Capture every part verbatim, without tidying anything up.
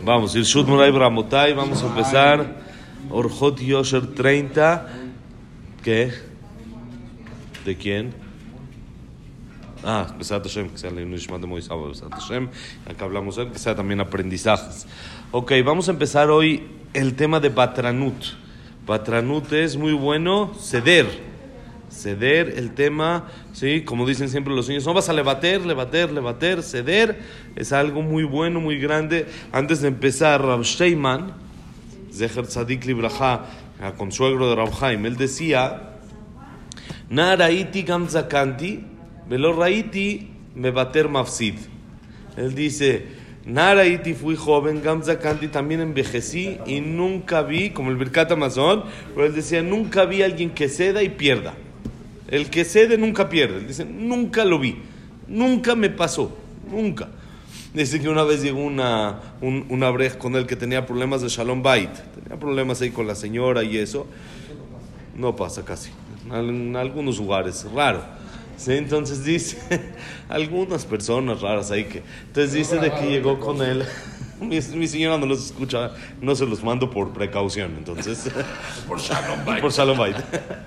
Vamos, Irshut Moray Bramotay, vamos a empezar. Orjot Yosher treinta. ¿Qué? ¿De quién? Ah, Besat Hashem, que sea la Nishmat de Moisés, Besat Hashem. Acá hablamos de él, que sea también aprendizajes. Ok, vamos a empezar hoy el tema de Batranut. Batranut es muy bueno, ceder. Ceder, el tema, sí, como dicen siempre los niños, no vas a levater, levater, levater, ceder, es algo muy bueno, muy grande. Antes de empezar, Rav Steinman, Zecher Tzadik Libraja, consuegro de Rav Chaim, él decía, Na raiti gam zakanti, velo raiti mevater mafsid. Él dice, Na raiti, fui joven, gam zakanti, también envejecí y nunca vi, como el Birkat Hamazon, pero él decía, nunca vi a alguien que ceda y pierda. El que cede nunca pierde. Dice, nunca lo vi. Nunca me pasó. Nunca. Dice que una vez llegó una, un, una brej con él que tenía problemas de Shalom Bait. Tenía problemas ahí con la señora y eso. No pasa casi. En algunos lugares. Raro. ¿Sí? Entonces dice, algunas personas raras ahí que... Entonces dice de que llegó con él... Mi, mi señora no los escucha, no se los mando por precaución, entonces... por Shalom Bait. Por Shalom Bait.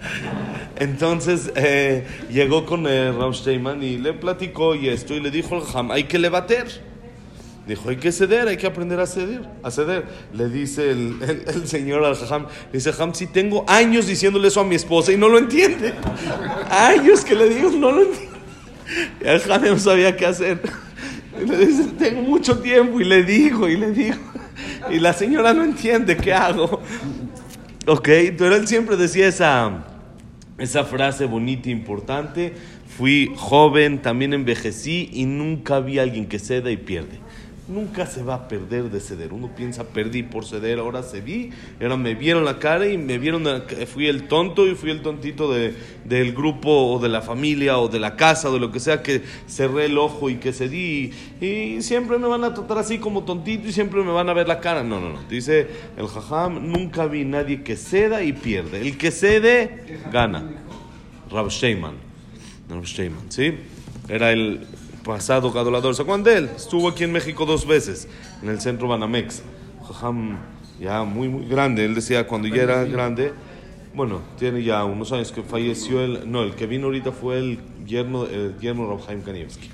Entonces eh, llegó con eh, Rav Steinman y le platicó y esto, y le dijo al Jam, hay que levater. Dijo, hay que ceder, hay que aprender a ceder. A ceder. Le dice el, el, el señor al Jam, dice, Jam, si tengo años diciéndole eso a mi esposa y no lo entiende. Años que le digo, no lo entiende. Y el Jam no sabía qué hacer. Y le dice, tengo mucho tiempo, y le digo, y le digo, y la señora no entiende, ¿qué hago? Ok, pero él siempre decía esa, esa frase bonita e importante, fui joven, también envejecí, y nunca vi a alguien que ceda y pierde. Nunca se va a perder de ceder. Uno piensa, perdí por ceder, ahora cedí, ahora me vieron la cara y me vieron, fui el tonto y fui el tontito de, del grupo o de la familia o de la casa o de lo que sea, que cerré el ojo y que cedí. Y, y siempre me van a tratar así como tontito y siempre me van a ver la cara. No, no, no. Dice el Jajam, nunca vi nadie que ceda y pierde. El que cede, gana. Rav Steinman. Rav Steinman, ¿sí? Era el... pasado gadolador, ¿se acuerdan de él? Estuvo aquí en México dos veces, en el centro Banamex. Jajam, ya muy, muy grande. Él decía, cuando ya era grande, bueno, tiene ya unos años que falleció. El, no, el que vino ahorita fue el yerno, el yerno Rav Chaim Kanievski.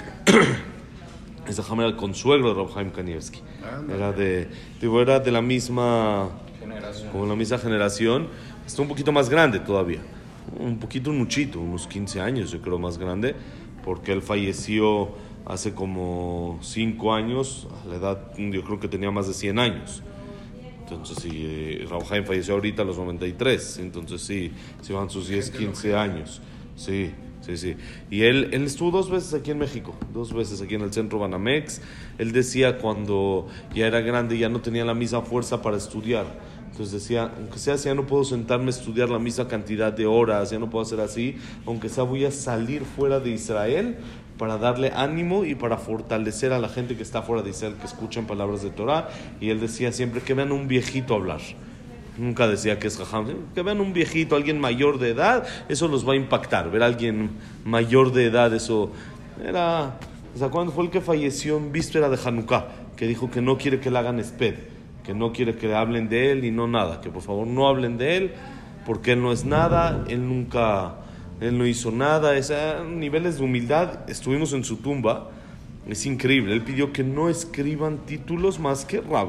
Ese Jajam era el consuegro de Rav Chaim Kanievski. Era de, digo, era de la misma generación. Como la misma generación. Está un poquito más grande todavía. Un poquito, un muchito, unos quince años, yo creo, más grande. Porque él falleció hace como cinco años, a la edad, yo creo que tenía más de cien años. Entonces, sí, eh, Rav Chaim falleció ahorita a los noventa y tres, entonces sí, se van sus diez, quince años. Sí, sí, sí. Y él, él estuvo dos veces aquí en México, dos veces aquí en el centro Banamex. Él decía cuando ya era grande, ya no tenía la misma fuerza para estudiar. Entonces decía, aunque sea así, ya no puedo sentarme a estudiar la misma cantidad de horas, ya no puedo hacer así, aunque sea voy a salir fuera de Israel para darle ánimo y para fortalecer a la gente que está fuera de Israel, que escuchan palabras de Torah. Y él decía siempre que vean un viejito hablar. Nunca decía que es jajam, que vean un viejito, alguien mayor de edad, eso los va a impactar. Ver a alguien mayor de edad, eso era... O sea, cuando fue el que falleció en víspera de Hanukkah, que dijo que no quiere que le hagan esped, que no quiere que hablen de él y no nada, que por favor no hablen de él, porque él no es nada, él nunca, él no hizo nada. Esos niveles de humildad. Estuvimos en su tumba, es increíble. Él pidió que no escriban títulos más que Rab.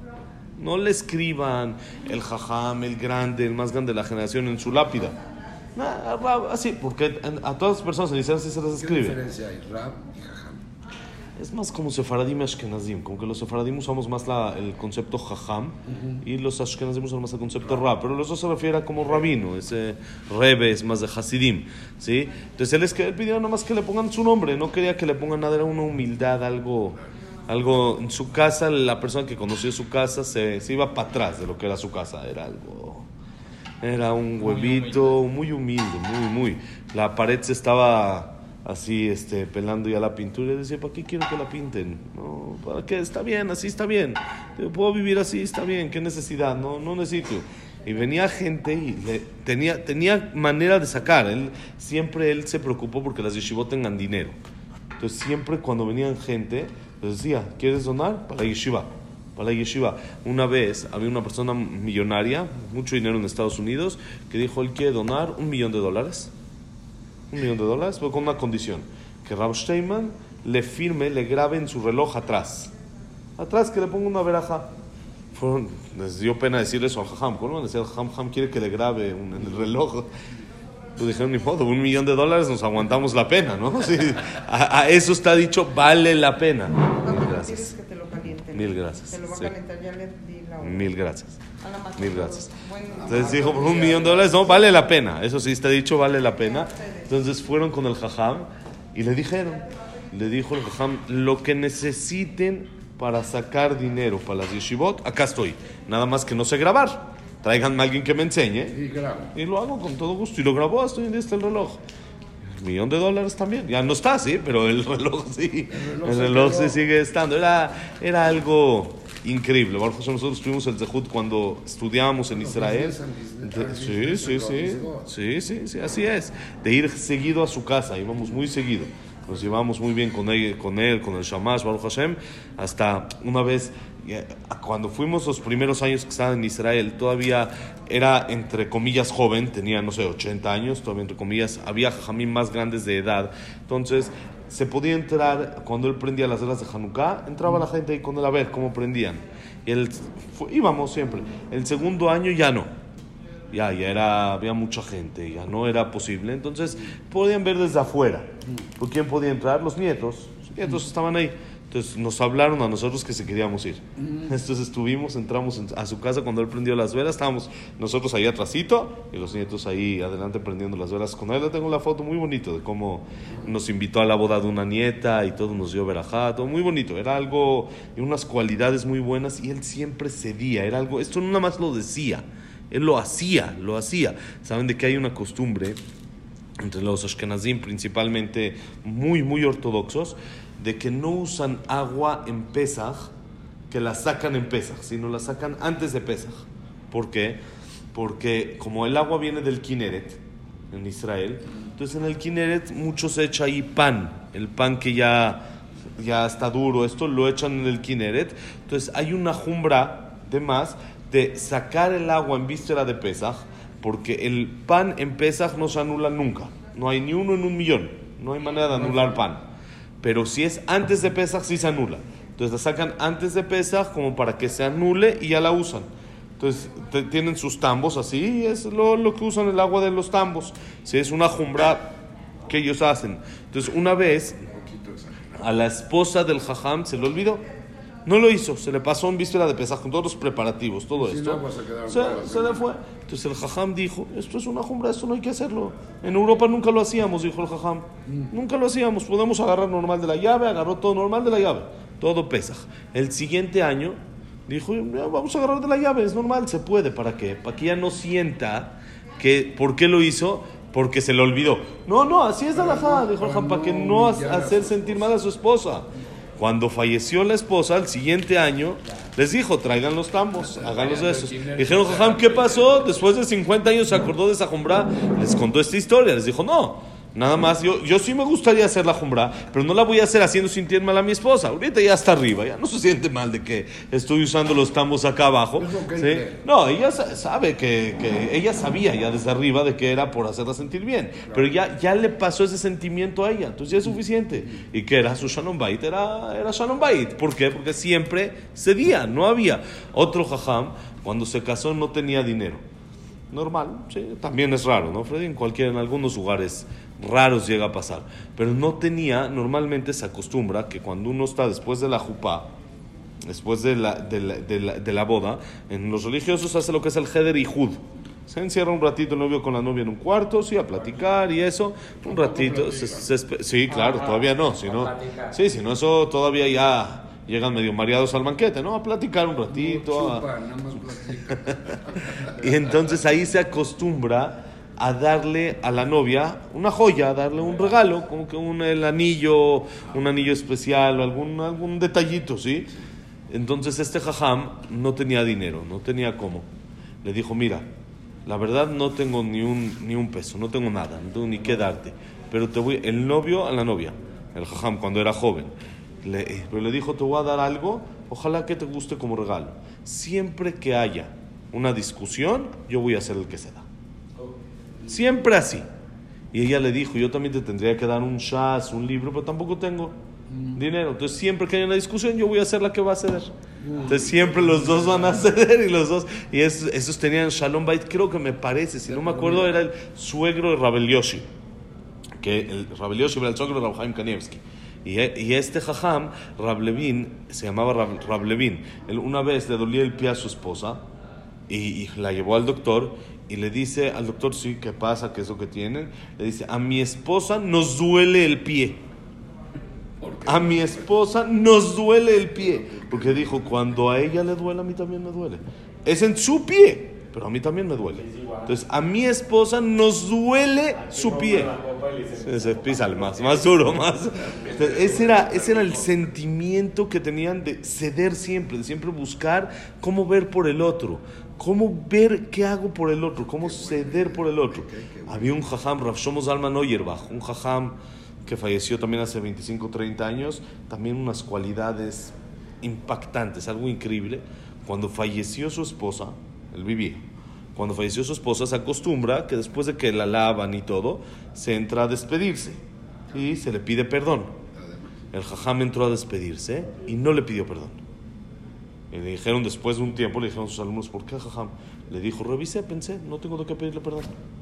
No le escriban el Jajam, el grande, el más grande de la generación en su lápida. Nah, Rab, así, porque a todas las personas en Israel sí se les escribe. ¿Qué diferencia hay? Rab y Jajam. Es más como Sefaradim y Ashkenazim, como que los Sefaradim usamos más la, el concepto Jajam, uh-huh, y los Ashkenazim usan más el concepto Rab, pero los dos se refiere a como rabino, ese Rebe es más de Hasidim, ¿sí? Entonces él, es que, él pidió nomás que le pongan su nombre, no quería que le pongan nada, era una humildad, algo, algo en su casa. La persona que conoció su casa se, se iba para atrás de lo que era su casa, era algo, era un huevito muy humilde, muy, muy, la pared se estaba... así, este, pelando ya la pintura, y decía, ¿para qué quiero que la pinten? No, ¿para qué? Está bien, así está bien. Yo puedo vivir así, está bien, ¿qué necesidad? No, no necesito. Y venía gente y le, tenía, tenía manera de sacar. Él, siempre él se preocupó porque las yeshivot tengan dinero. Entonces siempre cuando venían gente, les decía, ¿quieres donar? Para la yeshiva. para la yeshiva. Una vez había una persona millonaria, mucho dinero en Estados Unidos, que dijo, él quiere donar un millón de dólares. Un millón de dólares, pero con una condición, que Rav Steinman le firme, le grabe en su reloj atrás. Atrás, que le ponga una veraja. Fueron, les dio pena decir eso al Jajam. ¿Cómo van a decir al Jajam? Jajam quiere que le grabe un, en el reloj. Pues dijeron, ni modo, un millón de dólares nos aguantamos la pena, ¿no? Sí, a, a eso está dicho, vale la pena. Mil gracias. Que te lo calienten. Mil gracias. Te lo va a Sí. calentar, ya le di la hora. Mil gracias. A la máquina. Mil gracias. Bueno, Entonces dijo, por un millón de dólares, no, vale la pena. Eso sí está dicho, vale la pena. Entonces fueron con el Jajam y le dijeron, le dijo el Jajam, lo que necesiten para sacar dinero para las yeshivot, acá estoy. Nada más que no sé grabar. Tráiganme a alguien que me enseñe. Y grabo. Y lo hago con todo gusto. Y lo grabó hasta hoy en día está el reloj. Un millón de dólares también. Ya no está, sí, pero el reloj sí. El reloj El se reloj quedó. sí sigue estando. Era, era algo increíble. Baruch Hashem, nosotros tuvimos el Zehut cuando estudiábamos en Israel. Sí, sí, sí. Sí, sí, sí, así es. De ir seguido a su casa. Íbamos muy seguido. Nos llevamos muy bien con él, con él, con el Shamash, Baruch Hashem. Hasta una vez, cuando fuimos los primeros años que estaba en Israel, todavía era, entre comillas, joven, tenía, no sé, ochenta años, todavía entre comillas, había jajamim más grandes de edad. Entonces, se podía entrar, cuando él prendía las velas de Hanukkah, entraba la gente ahí con él a ver cómo prendían. Y él, fue, íbamos siempre. El segundo año ya no. Ya, ya era, había mucha gente, ya no era posible. Entonces, podían ver desde afuera. ¿Por quién podía entrar? Los nietos. Los nietos estaban ahí. Entonces, nos hablaron a nosotros que se queríamos ir. Entonces, estuvimos, entramos a su casa cuando él prendió las velas. Estábamos nosotros ahí atrasito y los nietos ahí adelante prendiendo las velas. Con él le tengo la foto muy bonito de cómo nos invitó a la boda de una nieta y todo nos dio verajá, todo muy bonito. Era algo, y unas cualidades muy buenas y él siempre cedía. Era algo, esto no nada más lo decía. Él lo hacía, lo hacía. Saben de que hay una costumbre entre los ashkenazim, principalmente muy, muy ortodoxos, de que no usan agua en Pesaj, que la sacan en Pesaj, sino la sacan antes de Pesaj. ¿Por qué? Porque como el agua viene del Kineret, en Israel, entonces en el Kineret muchos se echa ahí pan, el pan que ya, ya está duro, esto lo echan en el Kineret. Entonces hay una jumbra de más de sacar el agua en víspera de Pesaj, porque el pan en Pesaj no se anula nunca. No hay ni uno en un millón. No hay manera de anular pan. Pero si es antes de Pesaj, sí se anula. Entonces la sacan antes de Pesaj como para que se anule y ya la usan. Entonces te, tienen sus tambos así, y es lo, lo que usan el agua de los tambos. Si es una jumbra que ellos hacen. Entonces una vez a la esposa del Jajam se le olvidó. No lo hizo, se le pasó en víspera de Pesaj con todos los preparativos, todo Sin esto. agua se quedaron Se, todas las se le fue. Entonces el Jajam dijo, esto es una jumbra, esto no hay que hacerlo. En Europa nunca lo hacíamos, dijo el Jajam. Nunca lo hacíamos, podemos agarrar normal de la llave, agarró todo normal de la llave. Todo Pesaj. El siguiente año dijo, "Ya, vamos a agarrar de la llave, es normal, se puede. ¿Para qué? Para que ella no sienta que, ¿por qué lo hizo? Porque se le olvidó. No, no, así es de la fa, dijo el Jajam, para que no hacer sentir mal a su esposa. Cuando falleció la esposa, el siguiente año, les dijo, traigan los tambos, háganlos de esos. Dijeron, Jajam, ¿qué pasó? Después de cincuenta años se acordó de esa jumbra, les contó esta historia. Les dijo, no, nada más, yo, yo sí me gustaría hacer la jumbra, pero no la voy a hacer haciendo sentir mal a mi esposa. Ahorita ya está arriba, ya no se siente mal de que estoy usando los tambos acá abajo. ¿Sí? No, ella sabe que, que, ella sabía ya desde arriba de que era por hacerla sentir bien, pero ya, ya le pasó ese sentimiento a ella, entonces ya es suficiente. Y que era su Shalom Bait, era, era Shalom Bait. ¿Por qué? Porque siempre cedía, no había. Otro Jajam, cuando se casó no tenía dinero. Normal, sí, también es raro, ¿no, Freddy? En cualquier, en algunos lugares raros llega a pasar, pero no tenía, normalmente se acostumbra que cuando uno está después de la jupá, después de la, de la, de la, de la boda, en los religiosos hace lo que es el heder y jud. Se encierra un ratito el novio con la novia en un cuarto, sí, a platicar y eso, un ratito, se, se, sí, claro, todavía no, si no, sí, si no eso todavía ya llegan medio mareados al banquete, ¿no? A platicar un ratito. No, chupa, a... nada más platica. Y entonces ahí se acostumbra a darle a la novia una joya, a darle un regalo, como que un el anillo, un anillo especial o algún, algún detallito, ¿sí? Entonces este jajam no tenía dinero, no tenía cómo. Le dijo, mira, la verdad no tengo ni un, ni un peso, no tengo nada, no tengo ni qué darte, pero te voy, el novio a la novia, el jajam cuando era joven, le, pero le dijo, te voy a dar algo ojalá que te guste como regalo. Siempre que haya una discusión, yo voy a ser el que ceda. Siempre así. Y ella le dijo, yo también te tendría que dar un shas, un libro, pero tampoco tengo dinero. Entonces siempre que haya una discusión, yo voy a ser la que va a ceder. Entonces siempre los dos van a ceder y los dos. Y esos, esos tenían Shalom Bait, creo que me parece, si no me acuerdo, era el suegro de Rabel Yoshi. Que el Rabel Yoshi era el suegro de Rab Chaim Kanievski. Y, y este jajam, Rab Levin, se llamaba Rab, Rab Levin. Él una vez le dolía el pie a su esposa y, y la llevó al doctor y le dice al doctor, sí, ¿qué pasa? ¿Qué es lo que tienen? Le dice, a mi esposa nos duele el pie. A mi esposa nos duele el pie. Porque dijo, cuando a ella le duele, a mí también me duele. Es en su pie, pero a mí también me duele. Entonces, a mi esposa nos duele su pie. Se písale más, más duro, más. Entonces, ese era, ese era el sentimiento que tenían de ceder siempre, de siempre buscar cómo ver por el otro, cómo ver qué hago por el otro, cómo ceder por el otro. Había un jajam, Rav Shlomo Zalman Auerbach, un jajam que falleció también hace veinticinco, treinta años, también unas cualidades impactantes, algo increíble. Cuando falleció su esposa, él vivía, cuando falleció su esposa se acostumbra que después de que la lavan y todo, se entra a despedirse y se le pide perdón. El jajam entró a despedirse y no le pidió perdón. Y le dijeron después de un tiempo, le dijeron a sus alumnos, ¿por qué jajam? Le dijo, revisé, pensé, no tengo de qué pedirle perdón.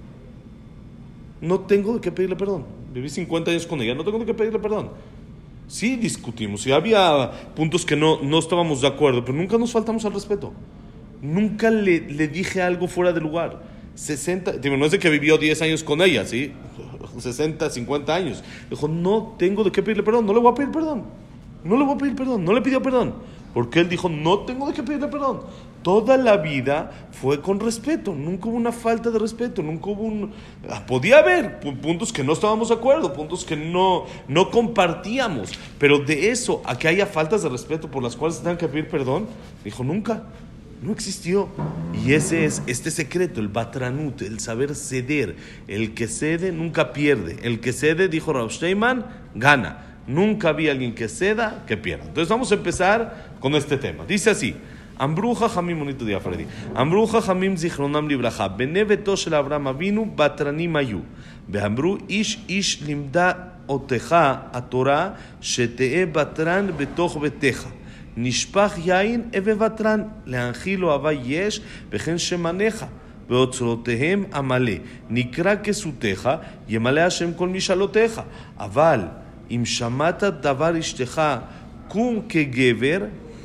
No tengo de qué pedirle perdón. Viví cincuenta años con ella, no tengo de qué pedirle perdón. Sí discutimos, sí había puntos que no, no estábamos de acuerdo, pero nunca nos faltamos al respeto. Nunca le, le dije algo fuera de lugar. sesenta, digo, no es de que vivió diez años con ella, ¿sí? sesenta, cincuenta años. Dijo, no tengo de qué pedirle perdón, no le voy a pedir perdón. No le voy a pedir perdón, no le pidió perdón. Porque él dijo, no tengo de qué pedirle perdón. Toda la vida fue con respeto, nunca hubo una falta de respeto, nunca hubo un... Podía haber puntos que no estábamos de acuerdo, puntos que no, no compartíamos, pero de eso a que haya faltas de respeto por las cuales se tengan que pedir perdón, dijo, nunca, no existió. Y ese es este secreto, el batranut, el saber ceder. El que cede nunca pierde, el que cede, dijo Rav Steinman, gana. Nunca había alguien que ceda que pierda. Entonces vamos a empezar con este tema. Dice así, אמרו חכמים, מונית דיעה פרדי, אמרו חכמים זיכרונם לברכה, בני ביתו של אברהם אבינו בתרנים היו, ואמרו איש איש לימדה אותך התורה שתהא בתרן בתוך ביתך, נשפך יין אבי בתרן, להנחיל אוהבה יש וכן שמניך, ואוצרותיהם המלא, נקרא כסותיך, ימלא השם כל משאלותיך, אבל אם שמעת דבר אשתך קום כגבר,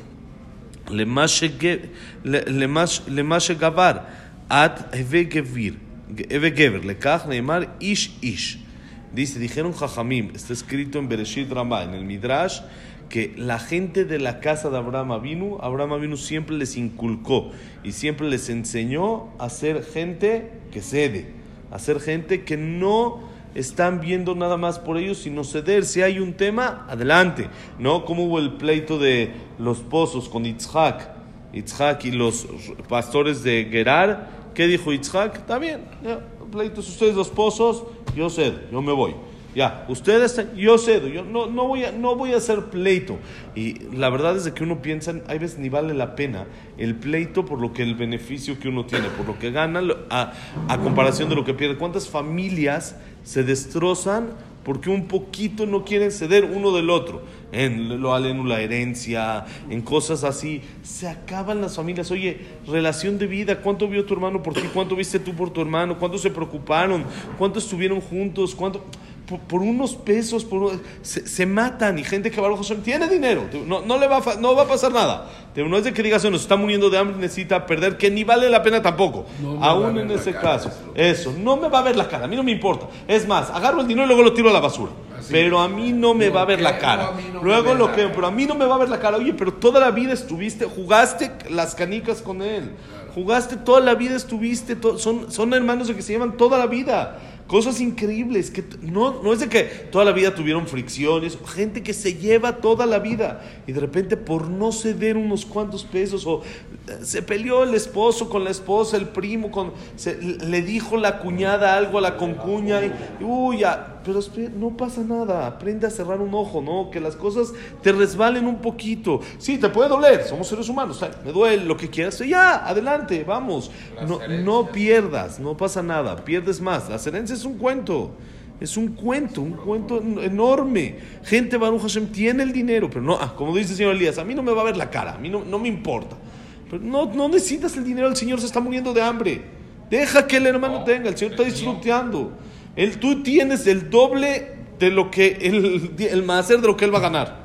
למה, שג... למה, למה שגבר עד הווה גביר, הווה גבר, לכך נאמר איש איש. Dice, dijeron Jajamim, está escrito en Bereshit Ramá, en el Midrash, que la gente de la casa de Abraham Avinu, Abraham Avinu siempre les inculcó y siempre les enseñó a ser gente que cede, a ser gente que no están viendo nada más por ellos, sino ceder. Si hay un tema, adelante, ¿no? Como hubo el pleito de los pozos con Yitzhak, Yitzhak y los pastores de Gerar. ¿Qué dijo Yitzhak? Está bien, ya, pleitos ustedes los pozos, yo cedo, yo me voy. Ya, ustedes, yo cedo, yo no, no, voy a, no voy a hacer pleito. Y la verdad es de que uno piensa, hay veces ni vale la pena el pleito por lo que el beneficio que uno tiene, por lo que gana a, a comparación de lo que pierde. ¿Cuántas familias se destrozan porque un poquito no quieren ceder uno del otro? En lo aleno, la herencia, en cosas así, se acaban las familias. Oye, relación de vida, ¿cuánto vio tu hermano por ti? ¿Cuánto viste tú por tu hermano? ¿Cuánto se preocuparon? ¿Cuánto estuvieron juntos? ¿Cuánto? Por, por unos pesos, por, se, se matan. Y gente que Baruch Hashem tiene dinero, no, no le va a, no va a pasar nada. No es de que digas, se nos está muriendo de hambre, necesita perder, que ni vale la pena tampoco. No aún en ese caso, eso, no me va a ver la cara, a mí no me importa. Es más, agarro el dinero y luego lo tiro a la basura. Así, pero a mí no me va a ver la cara. No luego lo que, pero a mí no me va a ver la cara. Oye, pero toda la vida estuviste, jugaste las canicas con él. Claro. Jugaste toda la vida, estuviste, to, son, son hermanos de que se llevan toda la vida. Cosas increíbles, que no, no es de que toda la vida tuvieron fricciones, gente que se lleva toda la vida y de repente por no ceder unos cuantos pesos, o se peleó el esposo con la esposa, el primo, con, se, le dijo la cuñada algo a la concuña y uy, ya, pero espe- no pasa nada, aprende a cerrar un ojo, ¿no? Que las cosas te resbalen un poquito. Sí, te puede doler, somos seres humanos, ay, me duele, lo que quieras, ya, adelante, vamos. No, no pierdas, no pasa nada, pierdes más. Las herencias es un cuento. Es un cuento, un cuento enorme. Gente, Baruch Hashem, tiene el dinero, pero no, ah, como dice el señor Elías, a mí no me va a ver la cara, a mí no, no me importa. Pero no, no necesitas el dinero, el Señor se está muriendo de hambre. Deja que el hermano tenga, el Señor está disfrutando. Él, tú tienes el doble de lo que el, el maaser de lo que él va a ganar.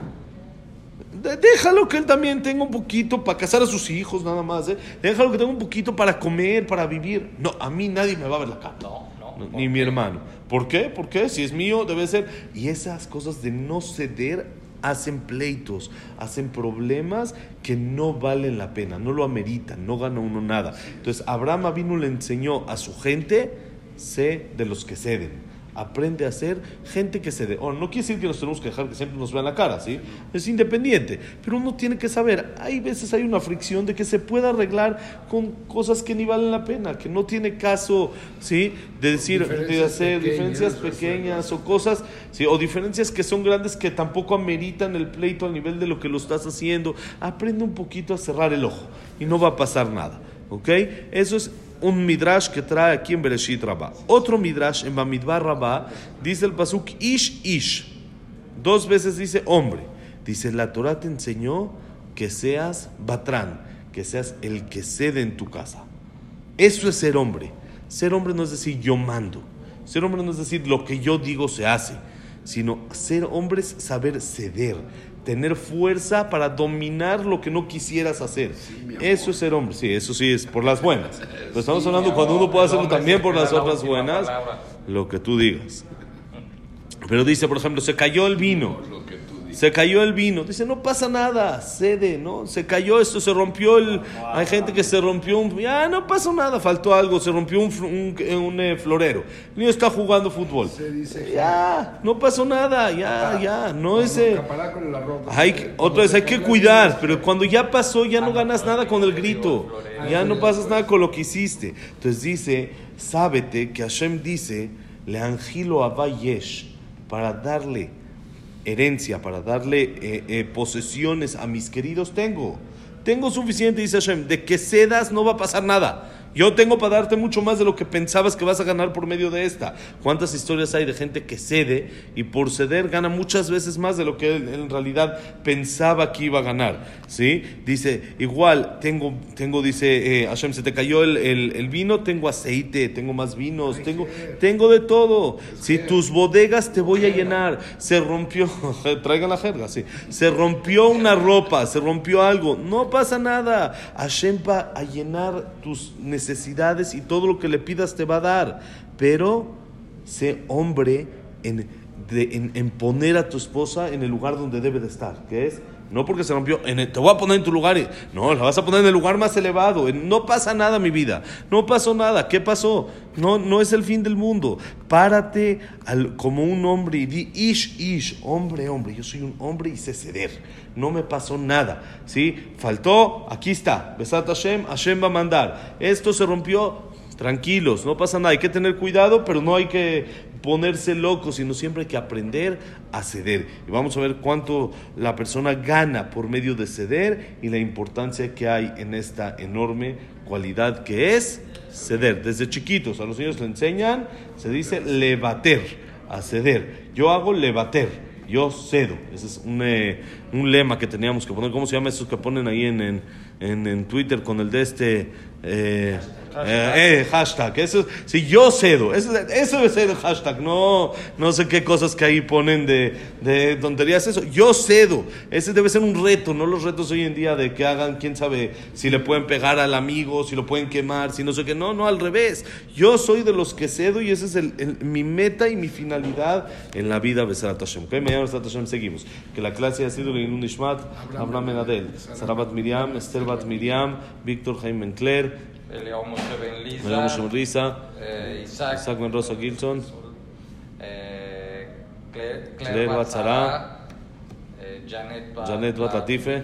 De, déjalo que él también tenga un poquito para casar a sus hijos, nada más. ¿eh? Déjalo que tenga un poquito para comer, para vivir. No, a mí nadie me va a ver la cara. No, no. No, ni mi hermano. ¿Por qué? ¿Por qué? Si es mío, debe ser. Y esas cosas de no ceder hacen pleitos, hacen problemas que no valen la pena, no lo ameritan, no gana uno nada. Entonces, Abraham Avinu le enseñó a su gente, sé de los que ceden. Aprende a ser gente que cede. Oh, no quiere decir que nos tenemos que dejar que siempre nos vean la cara, ¿sí? Es independiente. Pero uno tiene que saber, hay veces hay una fricción de que se pueda arreglar con cosas que ni valen la pena, que no tiene caso, ¿sí? De decir, Diferencias de hacer pequeñas, diferencias pequeñas o cosas, ¿sí? O diferencias que son grandes que tampoco ameritan el pleito al nivel de lo que lo estás haciendo. Aprende un poquito a cerrar el ojo y no va a pasar nada, ¿ok? Eso es un midrash que trae aquí en Bereshit Rabbah. Otro midrash en Bamidbar Rabbah dice el pasuk ish ish. Dos veces dice hombre. Dice la Torah te enseñó que seas batrán, que seas el que cede en tu casa. Eso es ser hombre. Ser hombre no es decir yo mando. Ser hombre no es decir lo que yo digo se hace, sino ser hombre es saber ceder, tener fuerza para dominar lo que no quisieras hacer. Sí, eso es ser hombre, sí, eso sí es por las buenas. Pero estamos Sí, hablando cuando uno puede hacerlo también por las otras buenas, palabra. lo que tú digas. Pero dice, por ejemplo, se cayó el vino. Lo que tú dices. Se cayó el vino. Dice, no pasa nada, cede, ¿no? Se cayó esto, se rompió el... Hay gente que se rompió un... Ya, no pasó nada, faltó algo, se rompió un, un, un, un eh, florero. El niño está jugando fútbol. Se dice Ya, no pasó nada, ya, ya, no es... eh, Capará con el arroz. hay que- otra vez hay que cuidar, pero cuando ya pasó ya no ganas nada con el grito, ya no pasas nada con lo que hiciste. Entonces dice, sábete que Hashem dice, le angilo a Vayesh, para darle herencia, para darle eh, eh, posesiones a mis queridos tengo. Tengo suficiente, dice Hashem, de que cedas no va a pasar nada. Yo tengo para darte mucho más de lo que pensabas que vas a ganar por medio de esta. ¿Cuántas historias hay de gente que cede y por ceder gana muchas veces más de lo que él en realidad pensaba que iba a ganar? ¿Sí? Dice, igual, tengo, tengo dice eh, Hashem, se te cayó el, el, el vino, tengo aceite, tengo más vinos, tengo, tengo de todo. Si tus bodegas te voy a llenar. Se rompió, traigan la jerga, sí. Se rompió una ropa, se rompió algo, no pasa nada. Hashem va a llenar tus necesidades necesidades y todo lo que le pidas te va a dar, pero sé hombre en, de, en, en poner a tu esposa en el lugar donde debe de estar, que es, no porque se rompió, en el, te voy a poner en tu lugar, y, no, la vas a poner en el lugar más elevado, en, no pasa nada mi vida, no pasó nada, ¿qué pasó? No, no es el fin del mundo, párate al, como un hombre y di ish, ish, hombre, hombre, yo soy un hombre y sé ceder, no me pasó nada, ¿sí? Faltó, aquí está, Besat Hashem, Hashem va a mandar, esto se rompió, tranquilos, no pasa nada, hay que tener cuidado, pero no hay que ponerse loco, sino siempre hay que aprender a ceder. Y vamos a ver cuánto la persona gana por medio de ceder y la importancia que hay en esta enorme cualidad que es ceder. Desde chiquitos a los niños le enseñan, se dice levater, a ceder. Yo hago levater, yo cedo. Ese es un, eh, un lema que teníamos que poner. ¿Cómo se llama esos que ponen ahí en, en, en, en Twitter con el de este... Eh, Eh, eh, hashtag, eso, si yo cedo, eso, eso debe ser el hashtag, no, no sé qué cosas que ahí ponen de, de tonterías, eso, yo cedo, ese debe ser un reto, no los retos hoy en día de que hagan, quién sabe, si le pueden pegar al amigo, si lo pueden quemar, si no sé qué, no, no, al revés, yo soy de los que cedo y ese es el, el, mi meta y mi finalidad en la vida, Besarat Hashem, ¿ok? Mañana Besarat Hashem seguimos, que la clase ha sido Leilun Nishmat, Abraham Menadel, Sarabat Miriam, Esther Bat Miriam, Víctor Jaime Mencler, Eliao Moshe Ben Lisa, Eliao Moshe Ben Lisa, eh, Isaac, Isaac Ben Rosa Gilson, eh, Claire, Claire Claire Bat Sarah, eh, Janet Bat, Janet Bat Latife,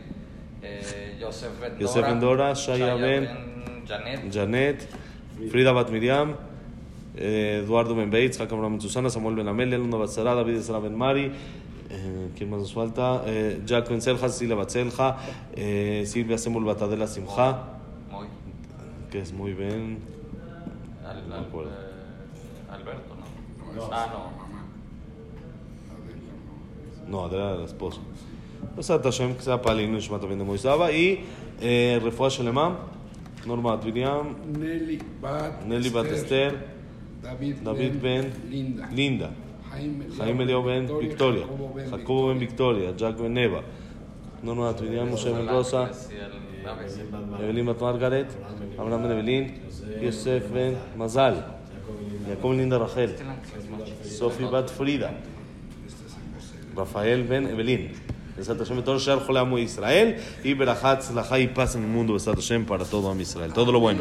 eh, Yosef Ben Yosef Ben Dora, Shaya Ben Janet, Janet, Frida Bat Miriam, eh, Eduardo Ben Beitz, Jacob Abraham Susana, Samuel Ben Amelia, Luna Batzara, David Ezra Ben Mari, eh, ¿quién más nos falta? Eh, Jack Ben Selja, Cecilia Batzelja, eh, Silvia Semul Batadela Simja, Muy. que es muy bien. Al, No al, me acuerdo. eh, Alberto, ¿no? No, ah, es no. mamá. Adela, no. No, Adela era la esposa. Besat Hashem, que sea para el Nishma también de Moisaba. Y eh, Refuah Shelema, Norma William, Nelly Bat Nelly Bat Esther, David, David Ben Linda, Linda, Jaime, Jaime Leo Ben Victoria, Jacobo Ben Victoria, Jack Ben Neva, Norma William, Moshe Ben Rosa, Evelyn Bat Margaret, Abraham Ben Evelyn, Yosef Ben Mazal, Jacob Ben Linda Rachel, Sophie Bat Frida, Rafael Ben Evelyn. Besat Hashem, todo Shar Jolam Israel y Berajat, Tzlacha y paz en el mundo, Besat Hashem, para todo Am Israel. Todo lo bueno.